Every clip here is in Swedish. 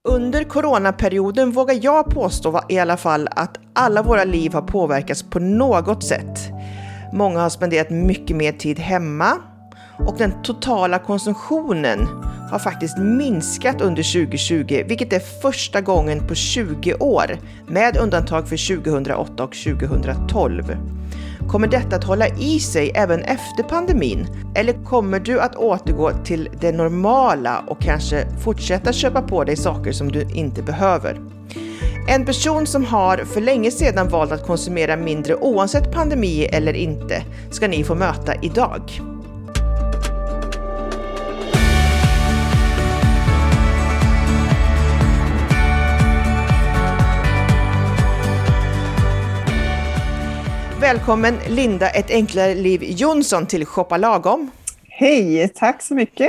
Under coronaperioden vågar jag påstå i alla fall att alla våra liv har påverkats på något sätt. Många har spenderat mycket mer tid hemma och den totala konsumtionen har faktiskt minskat under 2020, vilket är första gången på 20 år, med undantag för 2008 och 2012. Kommer detta att hålla i sig även efter pandemin? Eller kommer du att återgå till det normala och kanske fortsätta köpa på dig saker som du inte behöver? En person som har för länge sedan valt att konsumera mindre oavsett pandemi eller inte ska ni få möta idag. Välkommen Linda Ett enklare liv Jonsson till Shoppa Lagom. Hej, tack så mycket.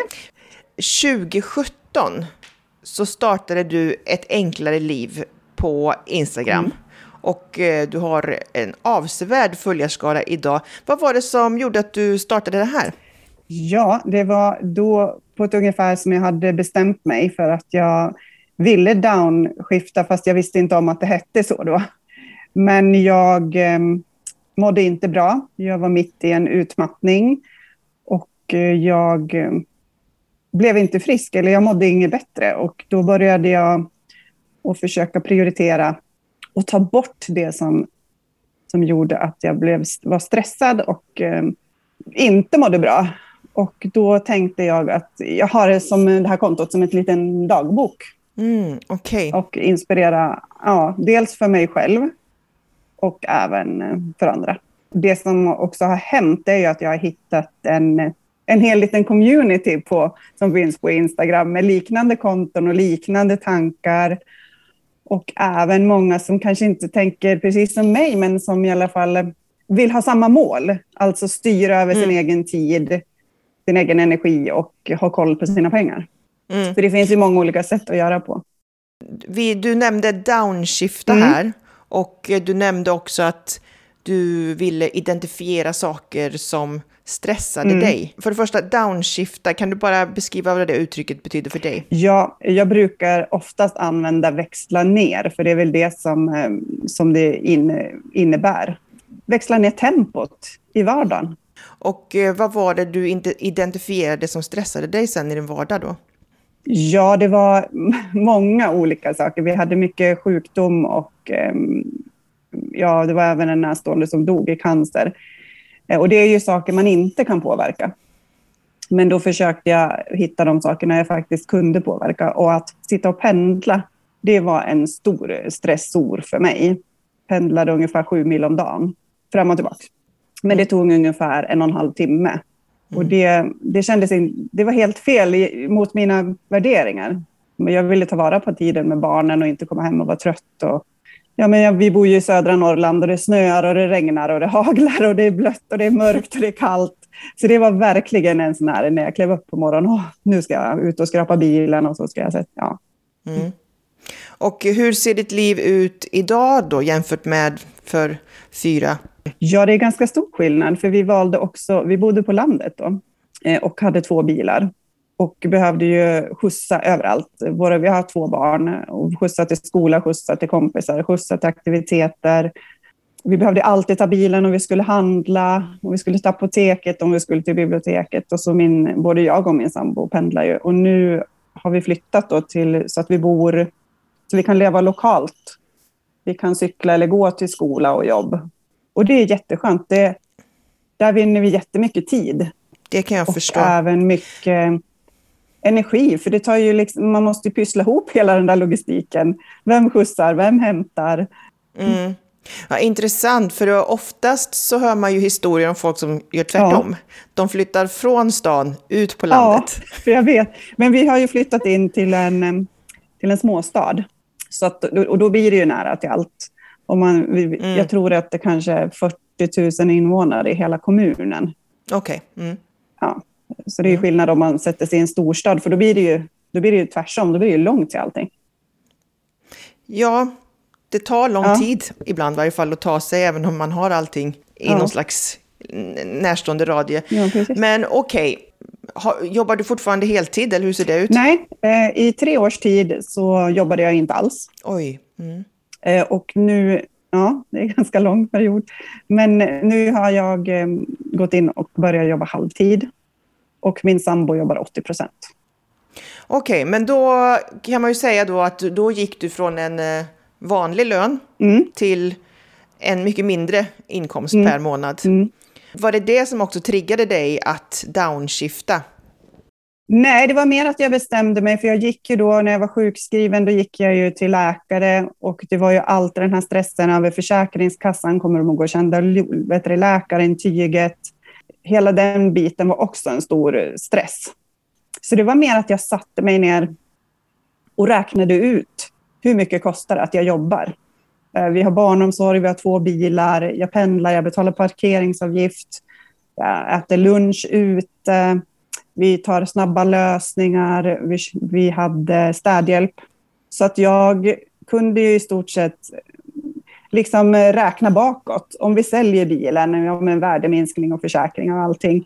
2017 så startade du Ett enklare liv på Instagram. Och du har en avsevärd följarskara idag. Vad var det som gjorde att du startade det här? Ja, det var då på ett ungefär som jag hade bestämt mig för att jag ville downskifta, fast jag visste inte om att det hette så då. Men jag mådde inte bra. Jag var mitt i en utmattning och jag blev inte frisk, eller jag mådde inget bättre. Och då började jag att försöka prioritera och ta bort det som gjorde att jag var stressad och inte mådde bra. Och då tänkte jag att jag har det här kontot som ett liten dagbok. Okay. Och inspirera dels för mig själv och även för andra. Det som också har hänt är ju att jag har hittat en hel liten community som finns på Instagram med liknande konton och liknande tankar. Och även många som kanske inte tänker precis som mig, men som i alla fall vill ha samma mål. Alltså styra över sin egen tid, sin egen energi och ha koll på sina pengar. För det finns ju många olika sätt att göra på. Du nämnde downshifta här. Och du nämnde också att du ville identifiera saker som stressade dig. För det första, downshifta. Kan du bara beskriva vad det uttrycket betyder för dig? Ja, jag brukar oftast använda växla ner. För det är väl det som det innebär. Växla ner tempot i vardagen. Och vad var det du identifierade som stressade dig sen i din vardag då? Ja, det var många olika saker. Vi hade mycket sjukdom och det var även en närstående som dog i cancer. Och det är ju saker man inte kan påverka. Men då försökte jag hitta de sakerna jag faktiskt kunde påverka. Och att sitta och pendla, det var en stor stressor för mig. Pendlade ungefär 7 mil om dagen, fram och tillbaka. Men det tog ungefär 1,5 timme. Och det kändes det var helt fel mot mina värderingar. Men jag ville ta vara på tiden med barnen och inte komma hem och vara trött. Och, vi bor ju i södra Norrland och det snöar och det regnar och det haglar och det är blött och det är mörkt och det är kallt. Så det var verkligen en sån här, när jag klev upp på morgonen, nu ska jag ut och skrapa bilen och så ska jag sätta, Och hur ser ditt liv ut idag då jämfört med för 4? Ja, det är ganska stor skillnad, för vi bodde på landet då och hade 2 bilar och behövde ju skjutsa överallt. Vi har 2 barn och skjutsa till skola, skjutsa till kompisar, skjutsa till aktiviteter. Vi behövde alltid ta bilen om vi skulle handla, om vi skulle till apoteket, om vi skulle till biblioteket. Och så både jag och min sambo pendlar ju. Och nu har vi flyttat då så att så vi kan leva lokalt. Vi kan cykla eller gå till skola och jobb. Och det är jätteskönt. Där vinner vi jättemycket tid. Det kan jag förstå. Och även mycket energi. För det tar ju man måste ju pyssla ihop hela den där logistiken. Vem skjutsar, vem hämtar? Ja, intressant, för oftast så hör man ju historier om folk som gör tvärtom. Ja. De flyttar från stan ut på landet. Ja, för jag vet. Men vi har ju flyttat in till en småstad. Och då blir det ju nära till allt. Jag tror att det kanske är 40 000 invånare i hela kommunen. Okej. Ja, så det är skillnad om man sätter sig i en storstad. För då blir det ju tvärsom. Då blir det ju långt till allting. Ja, det tar lång tid ibland i varje fall att ta sig, även om man har allting i någon slags närstående radie. Ja, men okej, Jobbar du fortfarande heltid eller hur ser det ut? Nej, i 3 års tid så jobbade jag inte alls. Oj. Och nu, ja, det är en ganska lång period. Men nu har jag gått in och börjat jobba halvtid. Och min sambo jobbar 80%. Okej, men då kan man ju säga då att då gick du från en vanlig lön till en mycket mindre inkomst per månad. Var det som också triggade dig att downshifta? Nej, det var mer att jag bestämde mig, för jag gick ju då, när jag var sjukskriven, då gick jag ju till läkare och det var ju allt den här stressen över Försäkringskassan, kommer de att gå kända läkarintyget. Hela den biten var också en stor stress. Så det var mer att jag satte mig ner och räknade ut hur mycket kostar det att jag jobbar. Vi har barnomsorg, vi har 2 bilar, jag pendlar, jag betalar parkeringsavgift, jag äter lunch ute, vi tar snabba lösningar, vi hade städhjälp. Så att jag kunde ju i stort sett liksom räkna bakåt. Om vi säljer bilen med värdeminskning och försäkring och allting.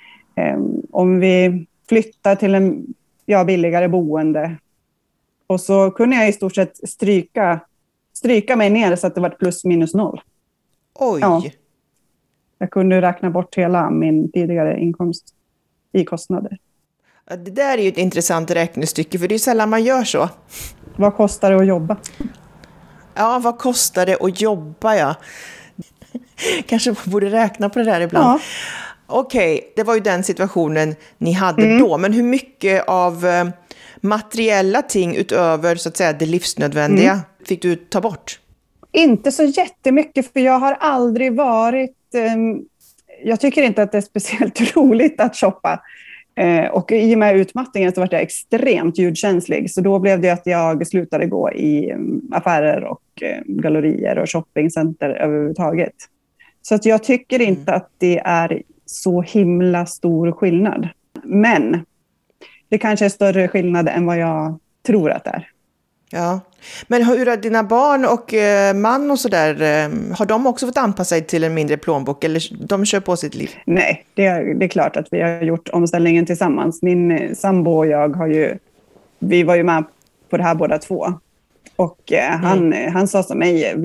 Om vi flyttar till en billigare boende. Och så kunde jag i stort sett stryka mig ner så att det var plus minus noll. Oj! Ja. Jag kunde räkna bort hela min tidigare inkomst i kostnader. Det där är ju ett intressant räknestycke, för det är sällan man gör så. Vad kostar det att jobba? Ja, vad kostar det att jobba, ja. Kanske man borde räkna på det där ibland. Ja. Okej, det var ju den situationen ni hade då. Men hur mycket av materiella ting utöver så att säga det livsnödvändiga fick du ta bort? Inte så jättemycket, för jag har aldrig varit... jag tycker inte att det är speciellt roligt att shoppa. Och i och med utmattningen så var jag extremt ljudkänslig. Så då blev det att jag slutade gå i affärer och gallerier och shoppingcenter överhuvudtaget. Så att jag tycker inte att det är så himla stor skillnad. Men det kanske är större skillnad än vad jag tror att det är. Ja, men hur har dina barn och man och sådär, har de också fått anpassa sig till en mindre plånbok eller de kör på sitt liv? Nej, det är klart att vi har gjort omställningen tillsammans. Min sambo och jag vi var ju med på det här båda två. Och han sa som mig,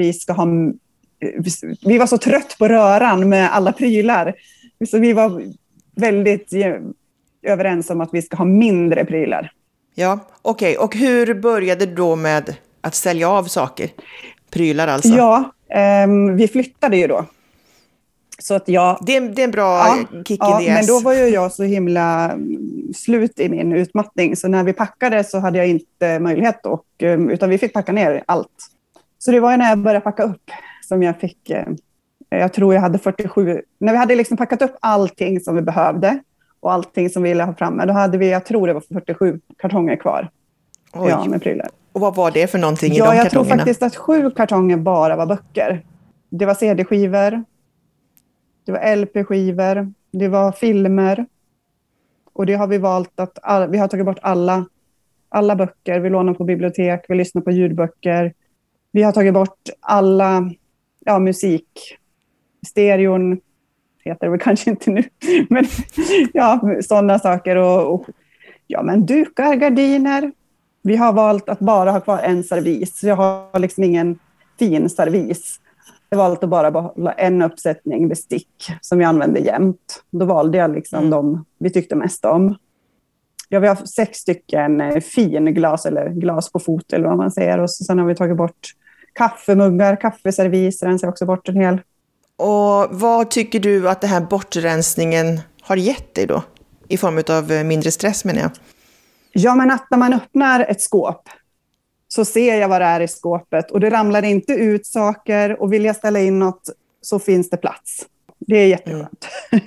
vi var så trött på röran med alla prylar. Så vi var väldigt överens om att vi ska ha mindre prylar. Ja, okej. Och hur började du då med att sälja av saker? Prylar alltså? Ja, vi flyttade ju då. Så att det är en bra kick in the ass. Men då var ju jag så himla slut i min utmattning. Så när vi packade så hade jag inte möjlighet utan vi fick packa ner allt. Så det var ju när jag började packa upp som jag fick... jag tror jag hade 47... När vi hade liksom packat upp allting som vi behövde och allting som vi ville ha framme, då hade vi, jag tror det var 47 kartonger kvar. Oj. Ja, med prylar. Och vad var det för någonting i de kartongerna? Jag tror faktiskt att 7 kartonger bara var böcker. Det var CD-skivor, det var LP-skivor, det var filmer. Och det har vi valt att... vi har tagit bort alla böcker. Vi lånar på bibliotek, vi lyssnar på ljudböcker. Vi har tagit bort alla musik. Stereon heter det väl kanske inte nu. Men sådana saker. Men dukar, gardiner. Vi har valt att bara ha kvar en servis. Jag har liksom ingen fin servis. Jag har valt att bara behålla en uppsättning bestick som jag använder jämt. Då valde jag liksom de vi tyckte mest om. Ja, vi har 6 stycken finglas eller glas på fot eller vad man säger. Och sen har vi tagit bort kaffemuggar, kaffeservis, rensar också bort en hel. Och vad tycker du att den här bortrensningen har gett dig då? I form av mindre stress, menar jag. Ja, men att när man öppnar ett skåp så ser jag vad det är i skåpet. Och det ramlar inte ut saker. Och vill jag ställa in något så finns det plats. Det är jätteskönt.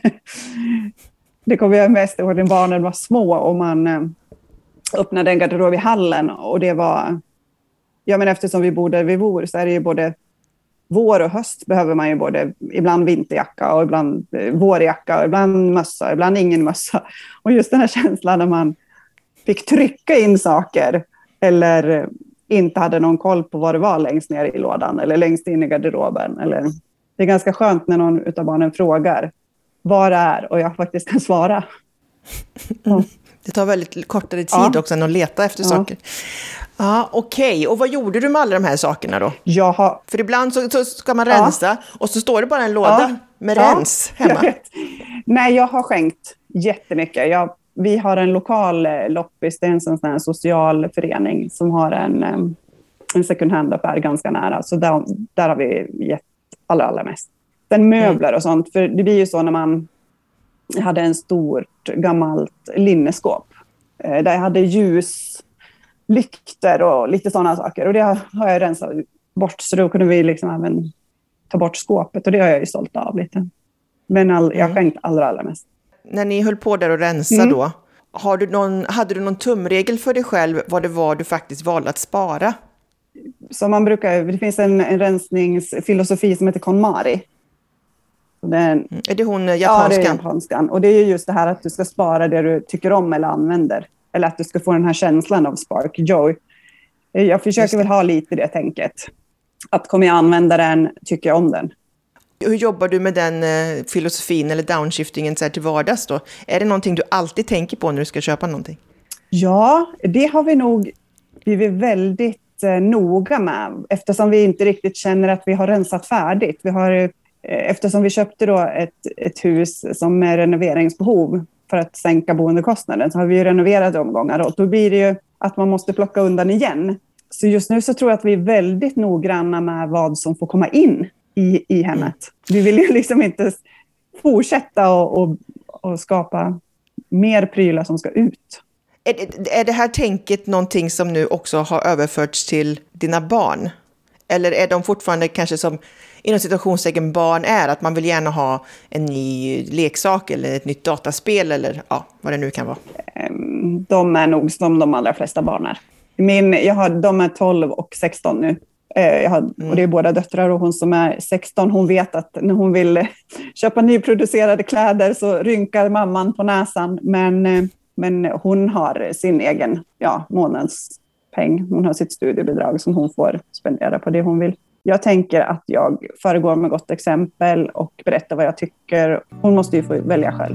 Det kommer jag mest ihåg när barnen var små. Och man öppnade en garderob i hallen. Och det var... Ja, men eftersom vi bor där vi bor så är det ju både... Vår och höst behöver man ju både ibland vinterjacka och ibland vårjacka och ibland mössa, ibland ingen mössa. Och just den här känslan när man fick trycka in saker eller inte hade någon koll på vad det var längst ner i lådan eller längst in i garderoben. Eller, det är ganska skönt när någon av barnen frågar vad det är och jag faktiskt kan svara. Det tar väldigt kortare tid också än att leta efter saker. Ja, okej. Och vad gjorde du med alla de här sakerna då? För ibland så ska man rensa och så står det bara en låda med rens hemma. Nej, jag har skänkt jättemycket. Vi har en lokal loppis, det är en sån här social förening som har en second hand-affär ganska nära. Så där har vi gett allra mest. Sen möbler och sånt, för det blir ju så när man hade en stort gammalt linneskåp. Där jag hade lyktor och lite sådana saker. Och det har jag rensat bort, så då kunde vi liksom även ta bort skåpet. Och det har jag ju sålt av lite. Men jag har skänkt allra mest. När ni höll på där och rensa då, hade du någon tumregel för dig själv vad det var du faktiskt valde att spara? Som det finns en rensningsfilosofi som heter KonMari. Är det hon japanskan? Ja, det är japanskan. Och det är just det här att du ska spara det du tycker om eller använder. Eller att du ska få den här känslan av spark joy. Jag försöker väl ha lite det tänket. Att kommer jag använda den, tycker jag om den. Hur jobbar du med den filosofin eller downshiftingen så här till vardags då? Är det någonting du alltid tänker på när du ska köpa någonting? Ja, det har vi nog blivit väldigt noga med. Eftersom vi inte riktigt känner att vi har rensat färdigt. Eftersom vi köpte då ett hus som är renoveringsbehov för att sänka boendekostnaden, så har vi ju renoverat omgångar. Och då blir det ju att man måste plocka undan igen. Så just nu så tror jag att vi är väldigt noggranna med vad som får komma in i hemmet. Vi vill ju liksom inte fortsätta och skapa mer prylar som ska ut. Är det här tänket någonting som nu också har överförts till dina barn? Eller är de fortfarande kanske som inom situationstecken barn är, att man vill gärna ha en ny leksak eller ett nytt dataspel eller vad det nu kan vara? De är nog som de allra flesta barn är. De är 12 och 16 nu. Och det är båda döttrar, och hon som är 16, hon vet att när hon vill köpa nyproducerade kläder så rynkar mamman på näsan. Men hon har sin egen månadspeng. Hon har sitt studiebidrag som hon får spendera på det hon vill. Jag tänker att jag föregår med gott exempel och berättar vad jag tycker. Hon måste ju få välja själv.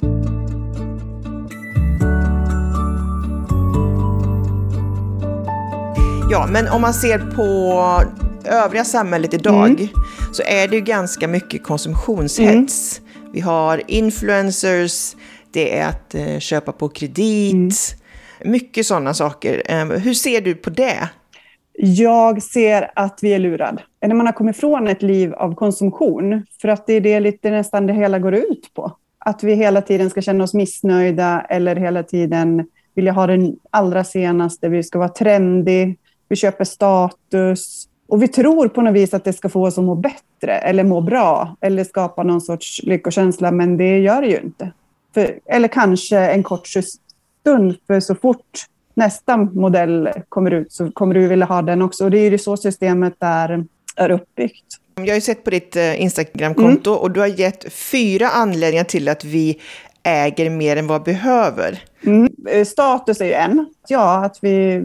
Ja, men om man ser på övriga samhället idag så är det ju ganska mycket konsumtionshets. Vi har influencers, det är att köpa på kredit, mycket sådana saker. Hur ser du på det? Jag ser att vi är lurad. När man har kommit från ett liv av konsumtion, för att det är det lite nästan det hela går ut på. Att vi hela tiden ska känna oss missnöjda eller hela tiden vilja ha den allra senaste. Vi ska vara trendig, vi köper status. Och vi tror på något vis att det ska få oss att må bättre eller må bra eller skapa någon sorts lyckokänsla, men det gör det ju inte. Eller kanske en kort stund, för så fort nästa modell kommer ut så kommer du vilja ha den också. Och det är ju så systemet är uppbyggt. Jag har ju sett på ditt Instagram-konto och du har gett 4 anledningar till att vi äger mer än vad vi behöver. Status är ju en. Ja, att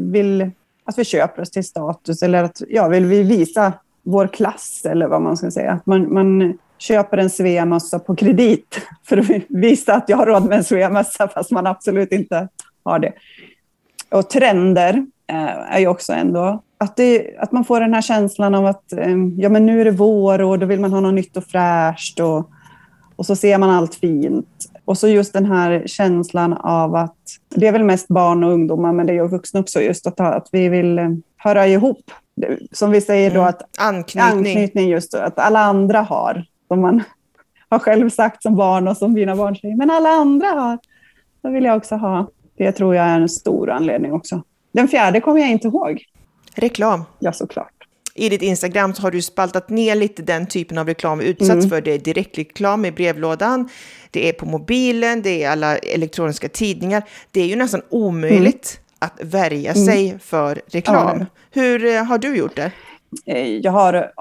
vi köper oss till status, eller att vill vi visa vår klass eller vad man ska säga. Att man köper en Svea-mössa på kredit för att visa att jag har råd med en Svea-mössa fast man absolut inte har det. Och trender är ju också ändå att man får den här känslan av att men nu är det vår och då vill man ha något nytt och fräscht och så ser man allt fint. Och så just den här känslan av att det är väl mest barn och ungdomar, men det är ju vuxna också, just att vi vill höra ihop. Som vi säger då att anknytning just då, att alla andra har, som man har själv sagt som barn och som mina barn säger, men alla andra har, då vill jag också ha. Det tror jag är en stor anledning också. Den 4:e kommer jag inte ihåg. Reklam. Ja, såklart. I ditt Instagram så har du spaltat ner lite den typen av reklam utsatts för. Det är direktreklam i brevlådan, det är på mobilen, det är alla elektroniska tidningar. Det är ju nästan omöjligt att värja sig för reklam. Ja. Hur har du gjort det? Jag har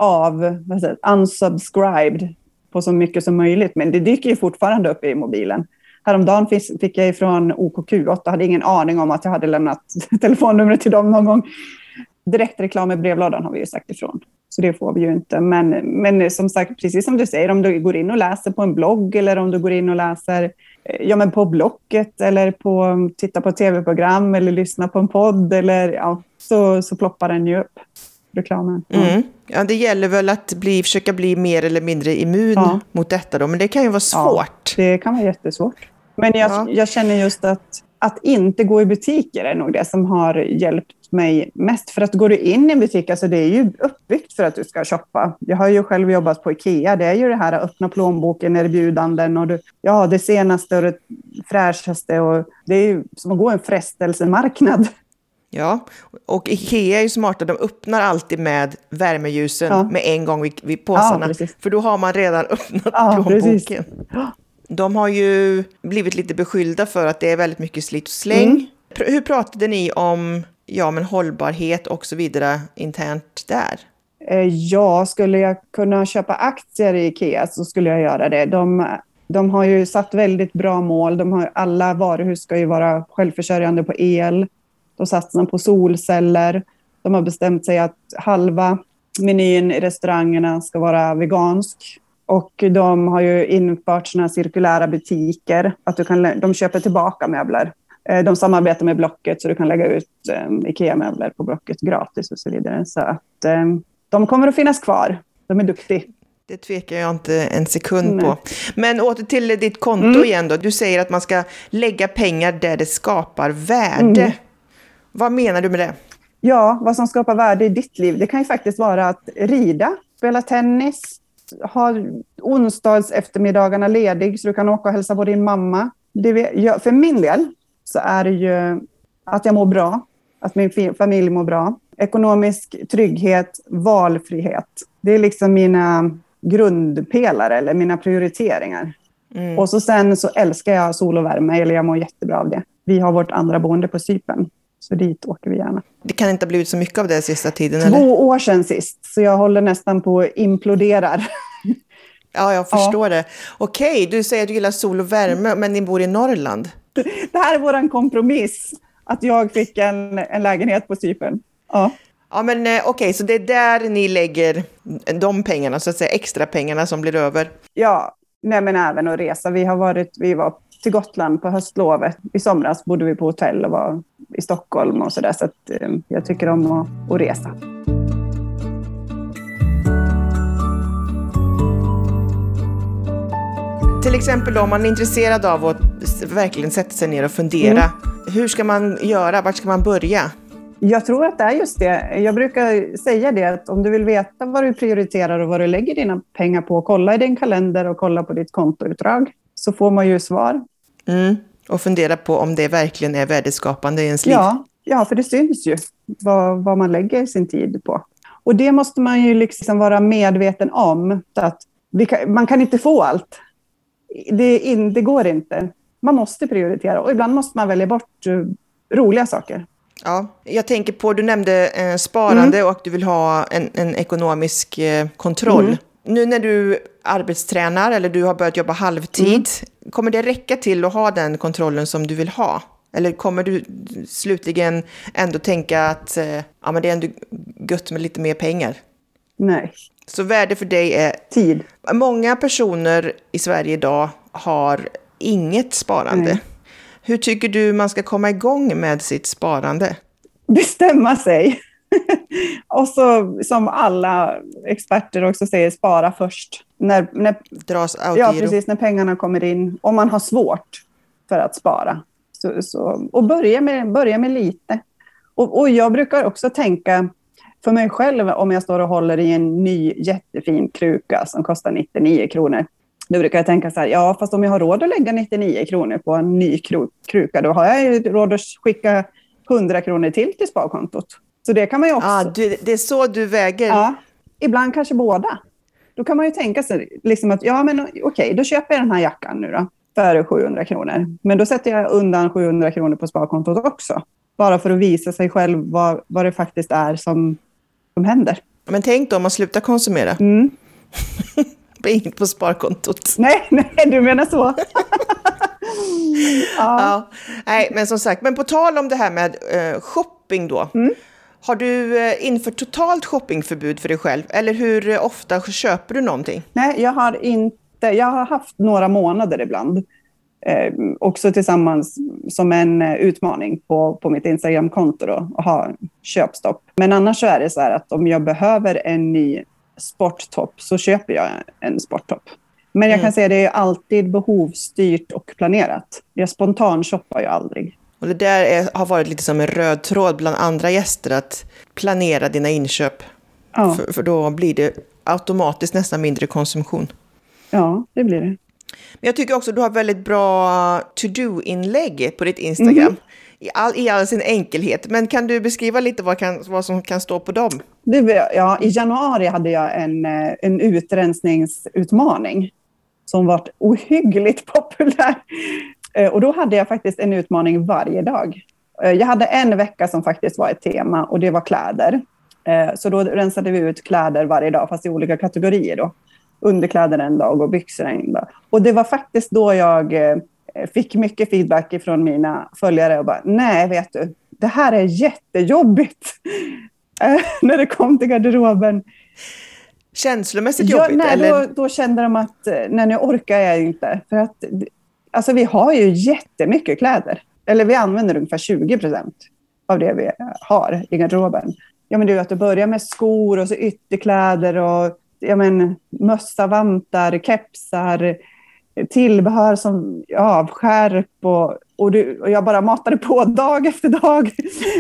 unsubscribed på så mycket som möjligt, men det dyker ju fortfarande upp i mobilen. Häromdagen fick jag ifrån OKQ8 och hade ingen aning om att jag hade lämnat telefonnumret till dem någon gång. Direktreklam i brevlådan har vi ju sagt ifrån. Så det får vi ju inte. Men som sagt, precis som du säger, om du går in och läser på en blogg eller om du går in och läser ja, men på Blocket eller titta på tv-program eller lyssna på en podd eller ja, så ploppar den ju upp, reklamen. Ja, det gäller väl att försöka bli mer eller mindre immun mot detta då, men det kan ju vara svårt. Ja, det kan vara jättesvårt. Men jag känner just att inte gå i butiker är nog det som har hjälpt mig mest. För att går du in i en butik, alltså det är ju uppbyggt för att du ska shoppa. Jag har ju själv jobbat på IKEA. Det är ju det här att öppna plånboken, erbjudanden och det senaste och det fräschaste. Och det är ju som att gå en frestelsemarknad. Ja, och IKEA är ju smarta. De öppnar alltid med värmeljusen med en gång vid påsarna. Ja, för då har man redan öppnat plånboken. De har ju blivit lite beskyllda för att det är väldigt mycket slit och släng. Hur pratade ni om hållbarhet och så vidare internt där? Ja, skulle jag kunna köpa aktier i IKEA så skulle jag göra det. De har ju satt väldigt bra mål. Alla varuhus ska ju vara självförsörjande på el. De satsar på solceller. De har bestämt sig att halva menyn i restaurangerna ska vara vegansk. Och de har ju infört såna cirkulära butiker. Att de köper tillbaka möbler. De samarbetar med Blocket så du kan lägga ut IKEA-möbler på Blocket gratis och så vidare. Så att de kommer att finnas kvar. De är duktiga. Det tvekar jag inte en sekund på. Men åter till ditt konto igen då. Du säger att man ska lägga pengar där det skapar värde. Vad menar du med det? Ja, vad som skapar värde i ditt liv. Det kan ju faktiskt vara att rida, spela tennis, ha onsdags eftermiddagarna ledig så du kan åka och hälsa på din mamma. För min del så är det ju att jag mår bra, att min familj mår bra. Ekonomisk trygghet, valfrihet. Det är liksom mina grundpelare eller mina prioriteringar. Och sen så älskar jag sol och värme, eller jag mår jättebra av det. Vi har vårt andra boende på Cypern, så dit åker vi gärna. Det kan inte ha blivit så mycket av det sista tiden, 2 eller? 2 år sedan sist, så jag håller nästan på att imploderar. Ja, jag förstår det. Okej, du säger att du gillar sol och värme, men ni bor i Norrland. Det här är våran kompromiss, att jag fick en lägenhet på Cypern. Ja. Ja, men okej, så det är där ni lägger de pengarna, så att säga, extra pengarna som blir över? Ja, nej, men även att resa. Vi var till Gotland på höstlovet. I somras bodde vi på hotell och var i Stockholm och sådär. Så att jag tycker om att resa. Till exempel då, om man är intresserad av att verkligen sätta sig ner och fundera. Hur ska man göra? Vart ska man börja? Jag tror att det är just det. Jag brukar säga det, att om du vill veta vad du prioriterar och vad du lägger dina pengar på, kolla i din kalender och kolla på ditt kontoutdrag, så får man ju svar. Och fundera på om det verkligen är värdeskapande i ens liv. Ja, för det syns ju vad man lägger sin tid på. Och det måste man ju liksom vara medveten om, att man kan inte få allt. Det går inte. Man måste prioritera, och ibland måste man välja bort roliga saker. Ja, jag tänker på, du nämnde sparande och att du vill ha en ekonomisk kontroll. Nu när du arbetstränar eller du har börjat jobba halvtid, kommer det räcka till att ha den kontrollen som du vill ha? Eller kommer du slutligen ändå tänka att men det är ändå gött med lite mer pengar? Nej. Så värde för dig är tid. Många personer i Sverige idag har inget sparande. Nej. Hur tycker du man ska komma igång med sitt sparande? Bestämma sig. Och så, som alla experter också säger, spara först. Dras autogiro. Ja, precis, när pengarna kommer in. Om man har svårt för att spara. Och börja med lite. Och jag brukar också tänka för mig själv, om jag står och håller i en ny jättefin kruka som kostar 99 kronor. Då brukar jag tänka så här, fast om jag har råd att lägga 99 kronor på en ny kruka, då har jag ju råd att skicka 100 kronor till sparkontot. Så det kan man ju också. Det är så du väger? Ja, ibland kanske båda. Då kan man ju tänka sig liksom att, okej, då köper jag den här jackan nu då, för 700 kronor. Men då sätter jag undan 700 kronor på sparkontot också. Bara för att visa sig själv vad det faktiskt är som händer. Men tänk då om man slutar konsumera. Inget på sparkontot. Nej, du menar så. Ja. Nej, men som sagt, men på tal om det här med shopping då. Har du infört totalt shoppingförbud för dig själv? Eller hur ofta köper du någonting? Nej, jag har haft några månader ibland. Också tillsammans som en utmaning på mitt Instagram-konto då, att ha köpstopp. Men annars så är det så här att om jag behöver en ny sporttopp så köper jag en sporttopp. Men jag kan säga att det är alltid behovsstyrt och planerat. Jag spontanshoppar ju aldrig. Och det där har varit lite som en röd tråd bland andra gäster, att planera dina inköp. Ja. För då blir det automatiskt nästan mindre konsumtion. Ja, det blir det. Men jag tycker också att du har väldigt bra to-do-inlägg på ditt Instagram. I all sin enkelhet. Men kan du beskriva lite vad som kan stå på dem? I januari hade jag en utrensningsutmaning som var ohyggligt populär. Och då hade jag faktiskt en utmaning varje dag. Jag hade en vecka som faktiskt var ett tema och det var kläder. Så då rensade vi ut kläder varje dag, fast i olika kategorier då. Underkläder en dag och byxor en dag. Och det var faktiskt då jag fick mycket feedback från mina följare och bara, nej vet du, det här är jättejobbigt när det kom till garderoben. Känslomässigt jobbigt? Nej, eller? Då kände de att nej, nu orkar jag inte. För att alltså, vi har ju jättemycket kläder. Eller vi använder ungefär 20% av det vi har i garderoben. Ja, men du börjar med skor och så ytterkläder och mössa, vantar, kepsar, tillbehör som skärp och jag bara matade på dag efter dag.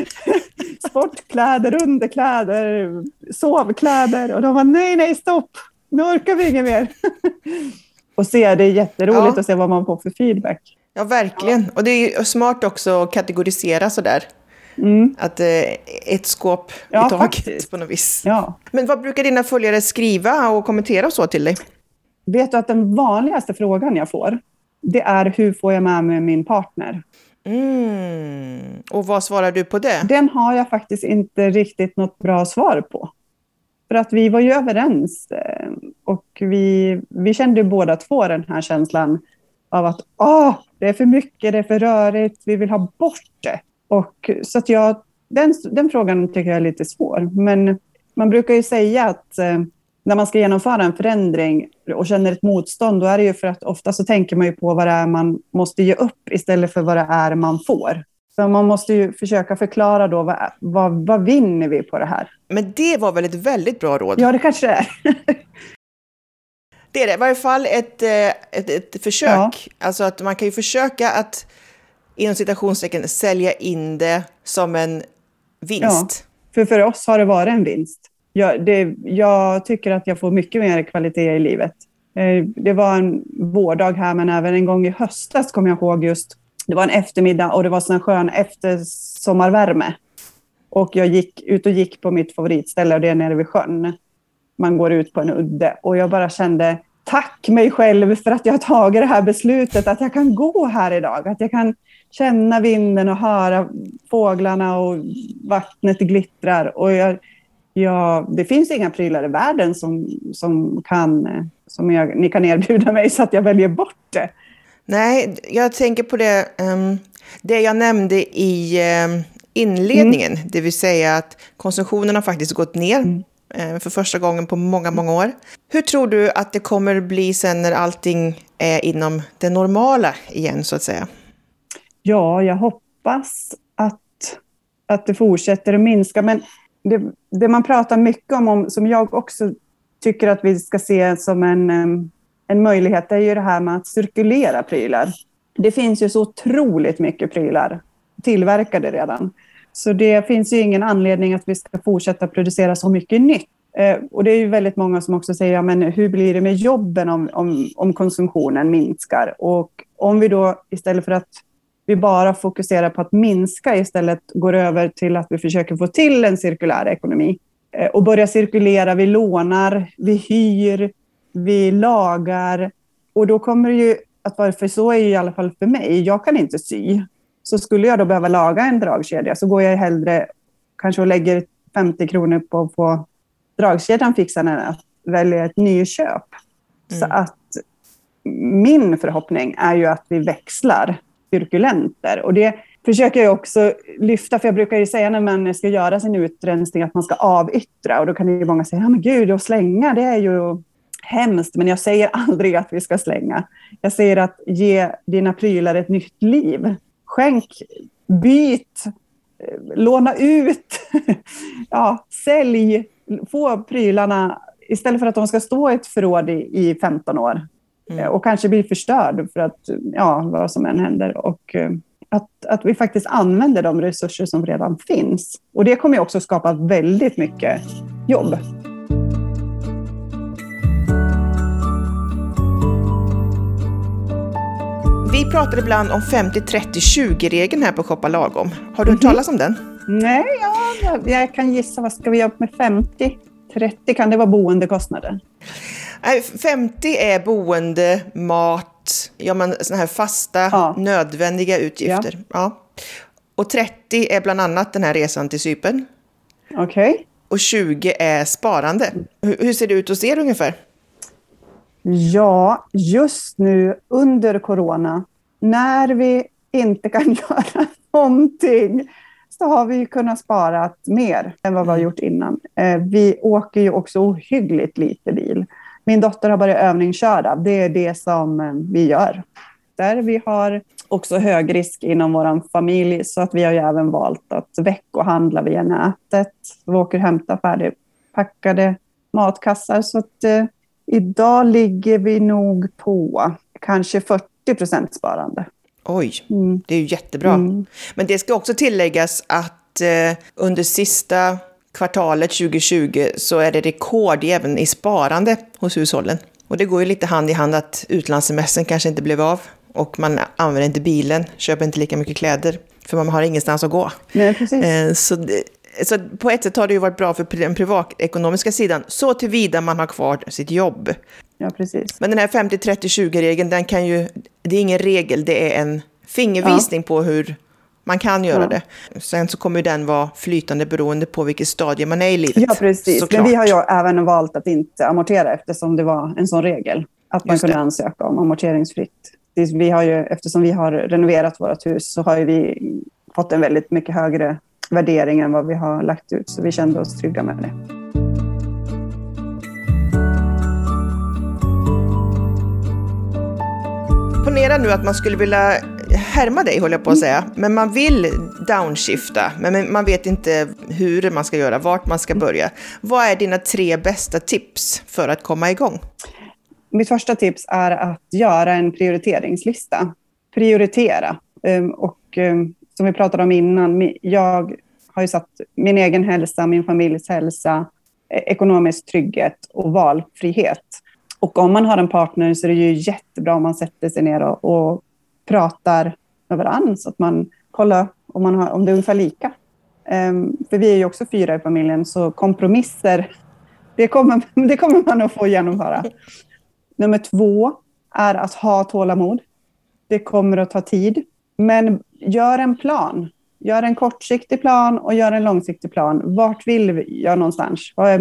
Sportkläder, underkläder, sovkläder och de var nej stopp, nu orkar vi inget mer. Och det är jätteroligt att se vad man får för feedback. Ja, verkligen. Och det är ju smart också att kategorisera sådär. Att ett skåp i taget faktiskt. På något vis. Ja. Men vad brukar dina följare skriva och kommentera och så till dig? Vet du att den vanligaste frågan jag får, det är hur får jag med mig min partner? Och vad svarar du på det? Den har jag faktiskt inte riktigt något bra svar på. För att vi var ju överens och vi kände båda två den här känslan av att det är för mycket, det är för rörigt, vi vill ha bort det. Och så att den frågan tycker jag är lite svår. Men man brukar ju säga att när man ska genomföra en förändring och känner ett motstånd, då är det ju för att ofta så tänker man ju på vad det är man måste ge upp istället för vad det är man får. Så man måste ju försöka förklara då vad vinner vi på det här. Men det var väl ett väldigt bra råd? Ja, det kanske är. Det är det. I varje fall ett försök. Ja. Alltså att man kan ju försöka att inom citationstecken sälja in det som en vinst. Ja, för oss har det varit en vinst. Jag tycker att jag får mycket mer kvalitet i livet. Det var en vårdag här, men även en gång i höstas kom jag ihåg just. Det var en eftermiddag och det var sån en skön eftersommarvärme. Och jag gick på mitt favoritställe och det är nere vid sjön. Man går ut på en udde och jag bara kände tack mig själv för att jag har tagit det här beslutet. Att jag kan gå här idag. Att jag kan känna vinden och höra fåglarna och vattnet glittrar. Och det finns inga prylar i världen som ni kan erbjuda mig så att jag väljer bort det. Nej, jag tänker på det jag nämnde i inledningen. Det vill säga att konsumtionen har faktiskt gått ner för första gången på många, många år. Hur tror du att det kommer bli sen när allting är inom det normala igen så att säga? Ja, jag hoppas att det fortsätter att minska. Men det man pratar mycket om, som jag också tycker att vi ska se som en möjlighet, är ju det här med att cirkulera prylar. Det finns ju så otroligt mycket prylar tillverkade redan. Så det finns ju ingen anledning att vi ska fortsätta producera så mycket nytt. Och det är ju väldigt många som också säger, ja, men hur blir det med jobben om konsumtionen minskar? Och om vi då istället för att vi bara fokuserar på att minska, istället går över till att vi försöker få till en cirkulär ekonomi. Och börja cirkulera, vi lånar, vi hyr, vi lagar. Och då kommer det ju att vara, för så är ju i alla fall för mig, jag kan inte sy. Så skulle jag då behöva laga en dragkedja så går jag hellre kanske och lägger 50 kronor på att få dragkedjan fixad än att välja ett nyköp. Så att min förhoppning är ju att vi växlar cirkulenter. Och det försöker jag också lyfta, för jag brukar ju säga när man ska göra sin utrensning att man ska avyttra. Och då kan ju många säga, ja men gud, att slänga det är ju hemskt, men jag säger aldrig att vi ska slänga. Jag säger att ge dina prylar ett nytt liv. Skänk, byt, låna ut, ja, sälj, få prylarna istället för att de ska stå i ett förråd i 15 år och kanske bli förstörd för att, ja, vad som än händer. Och att vi faktiskt använder de resurser som redan finns. Och det kommer ju också skapa väldigt mycket jobb. Vi pratar ibland om 50-30-20-regeln här på Shoppa Lagom. Har du hört talas om den? Nej, jag kan gissa. Vad ska vi göra med 50? 30 kan det vara boendekostnader. 50 är boende, mat, såna här fasta, nödvändiga utgifter. Ja. Ja. Och 30 är bland annat den här resan till Cypern. Okej. Okay. Och 20 är sparande. Hur ser det ut hos er ungefär? Ja, just nu under corona, när vi inte kan göra någonting, så har vi kunnat spara mer än vad vi har gjort innan. Vi åker ju också ohyggligt lite bil. Min dotter har börjat övningsköra. Det är det som vi gör. Där vi har också hög risk inom vår familj, så att vi har ju även valt att veckohandla via nätet. Vi åker och hämtar färdigpackade matkassar, så att idag ligger vi nog på kanske 40% sparande. Oj, det är ju jättebra. Men det ska också tilläggas att under sista kvartalet 2020 så är det rekord även i sparande hos hushållen. Och det går ju lite hand i hand att utlandssemestern kanske inte blev av. Och man använder inte bilen, köper inte lika mycket kläder. För man har ingenstans att gå. Nej, precis. Så på ett sätt har det ju varit bra för den privatekonomiska sidan. Så tillvida man har kvar sitt jobb. Ja, precis. Men den här 50-30-20-regeln, det är ingen regel. Det är en fingervisning på hur man kan göra det. Sen så kommer den vara flytande beroende på vilket stadie man är i livet. Ja, precis. Såklart. Men vi har ju även valt att inte amortera, eftersom det var en sån regel. Att man kunde ansöka om amorteringsfritt. Vi har ju, eftersom vi har renoverat vårt hus, så har ju vi fått en väldigt mycket högre värdering än vad vi har lagt ut. Så vi kände oss trygga med det. Ponera nu att man skulle vilja härma dig, håller jag på att säga. Men man vill downshifta. Men man vet inte hur man ska göra, vart man ska börja. Vad är dina 3 bästa tips för att komma igång? Mitt första tips är att göra en prioriteringslista. Prioritera. Som vi pratade om innan, jag har ju satt min egen hälsa, min familjs hälsa, ekonomisk trygghet och valfrihet. Och om man har en partner så är det ju jättebra om man sätter sig ner och pratar med varandra, så att man kollar om det är ungefär lika. För vi är ju också 4 i familjen, så kompromisser, det kommer man att få genomföra. Nummer 2 är att ha tålamod. Det kommer att ta tid. Men gör en plan. Gör en kortsiktig plan och gör en långsiktig plan. Vart vill jag någonstans? Vad är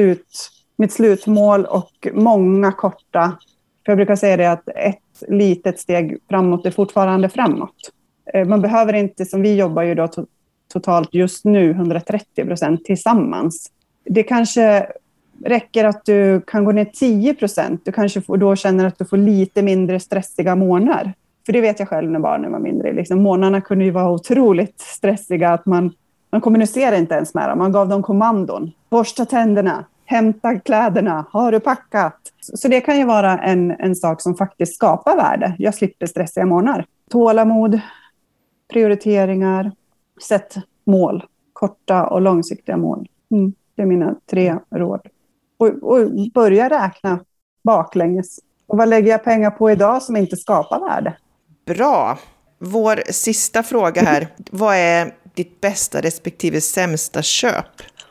mitt slutmål? Och många korta. För jag brukar säga det att ett litet steg framåt är fortfarande framåt. Man behöver inte, som vi jobbar ju då totalt just nu, 130% tillsammans. Det kanske räcker att du kan gå ner 10%. Du kanske då känner att du får lite mindre stressiga månader. För det vet jag själv när barnen var mindre. Liksom, månaderna kunde ju vara otroligt stressiga. Att man kommunicerar inte ens med dem. Man gav dem kommandon. Borsta tänderna. Hämta kläderna. Har du packat? Så det kan ju vara en sak som faktiskt skapar värde. Jag slipper stressiga månader. Tålamod. Prioriteringar. Sätt mål. Korta och långsiktiga mål. Det är mina 3 råd. Och börja räkna baklänges. Och vad lägger jag pengar på idag som inte skapar värde? Bra. Vår sista fråga här. Vad är ditt bästa respektive sämsta köp?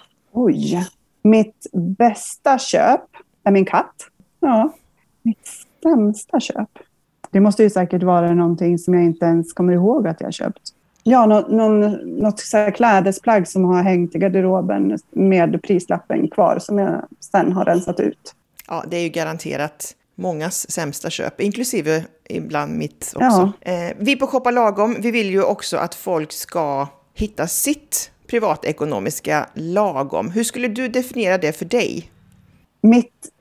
Oj. Mitt bästa köp är min katt. Ja. Mitt sämsta köp. Det måste ju säkert vara någonting som jag inte ens kommer ihåg att jag har köpt. Ja, något så här klädesplagg som har hängt i garderoben med prislappen kvar som jag sen har rensat ut. Ja, det är ju garanterat mångas sämsta köp, inklusive ibland mitt också. Ja. Vi på Shoppa Lagom, vi vill ju också att folk ska hitta sitt privatekonomiska lagom. Hur skulle du definiera det för dig? Mitt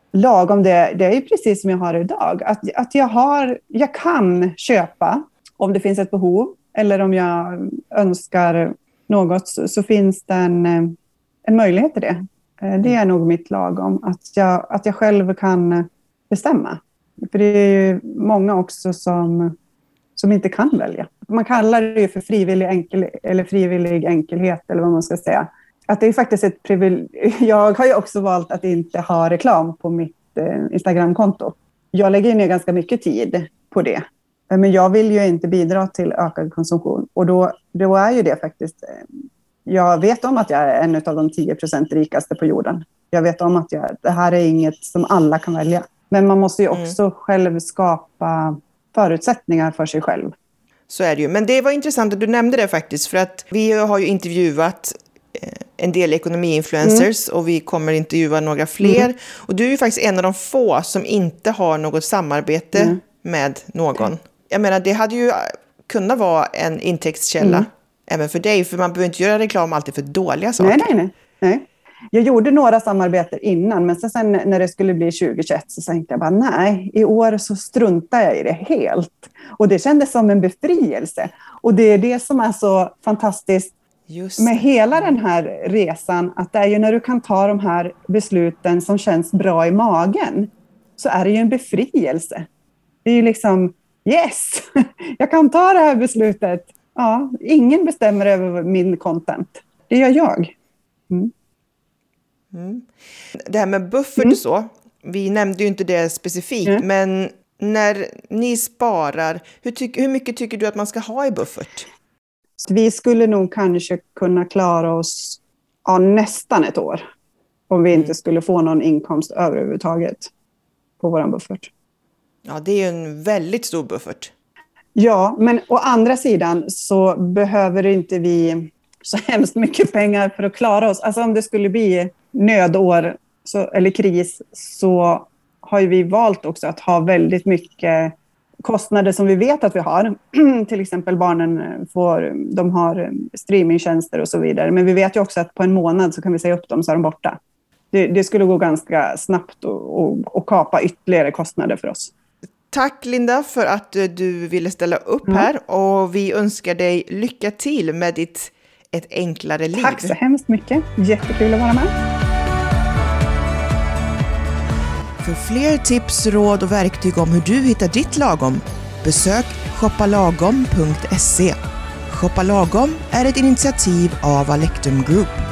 lagom, det är ju precis som jag har idag. Att jag kan köpa om det finns ett behov, eller om jag önskar något, så finns det en möjlighet till det. Det är nog mitt lagom, att jag själv kan bestämma. För det är ju många också som inte kan välja. Man kallar det ju för frivillig enkelhet, eller vad man ska säga. Att det är faktiskt ett privilegium. Jag har ju också valt att inte ha reklam på mitt Instagramkonto. Jag lägger ner ganska mycket tid på det. Men jag vill ju inte bidra till ökad konsumtion. Och då är ju det faktiskt... Jag vet om att jag är en av de 10% rikaste på jorden. Jag vet om att det här är inget som alla kan välja. Men man måste ju också själv skapa förutsättningar för sig själv. Så är det ju. Men det var intressant att du nämnde det faktiskt. För att vi har ju intervjuat en del ekonomiinfluencers och vi kommer intervjua några fler. Och du är ju faktiskt en av de få som inte har något samarbete med någon. Jag menar, det hade ju kunnat vara en intäktskälla även för dig. För man behöver inte göra reklam alltid för dåliga saker. Nej. Jag gjorde några samarbeten innan, men sen när det skulle bli 2021 så tänkte jag bara nej, i år så struntar jag i det helt. Och det kändes som en befrielse. Och det är det som är så fantastiskt med hela den här resan, att det är ju när du kan ta de här besluten som känns bra i magen, så är det ju en befrielse. Det är ju liksom, yes, jag kan ta det här beslutet. Ja, ingen bestämmer över min content. Det gör jag. Det här med buffert och så, vi nämnde ju inte det specifikt, men när ni sparar, hur mycket tycker du att man ska ha i buffert? Vi skulle nog kanske kunna klara oss nästan ett år om vi inte skulle få någon inkomst överhuvudtaget på vår buffert. Ja, det är ju en väldigt stor buffert. Ja, men å andra sidan så behöver inte vi så hemskt mycket pengar för att klara oss. Alltså om det skulle bli nödår eller kris, så har ju vi valt också att ha väldigt mycket kostnader som vi vet att vi har. Till exempel barnen de har streamingtjänster och så vidare. Men vi vet ju också att på en månad så kan vi säga upp dem så är de borta. Det skulle gå ganska snabbt och kapa ytterligare kostnader för oss. Tack Linda för att du ville ställa upp här, och vi önskar dig lycka till med ett enklare liv. Tack så hemskt mycket. Jättekul att vara med. För fler tips, råd och verktyg om hur du hittar ditt lagom, besök shoppalagom.se. Shoppa Lagom är ett initiativ av Alectum Group.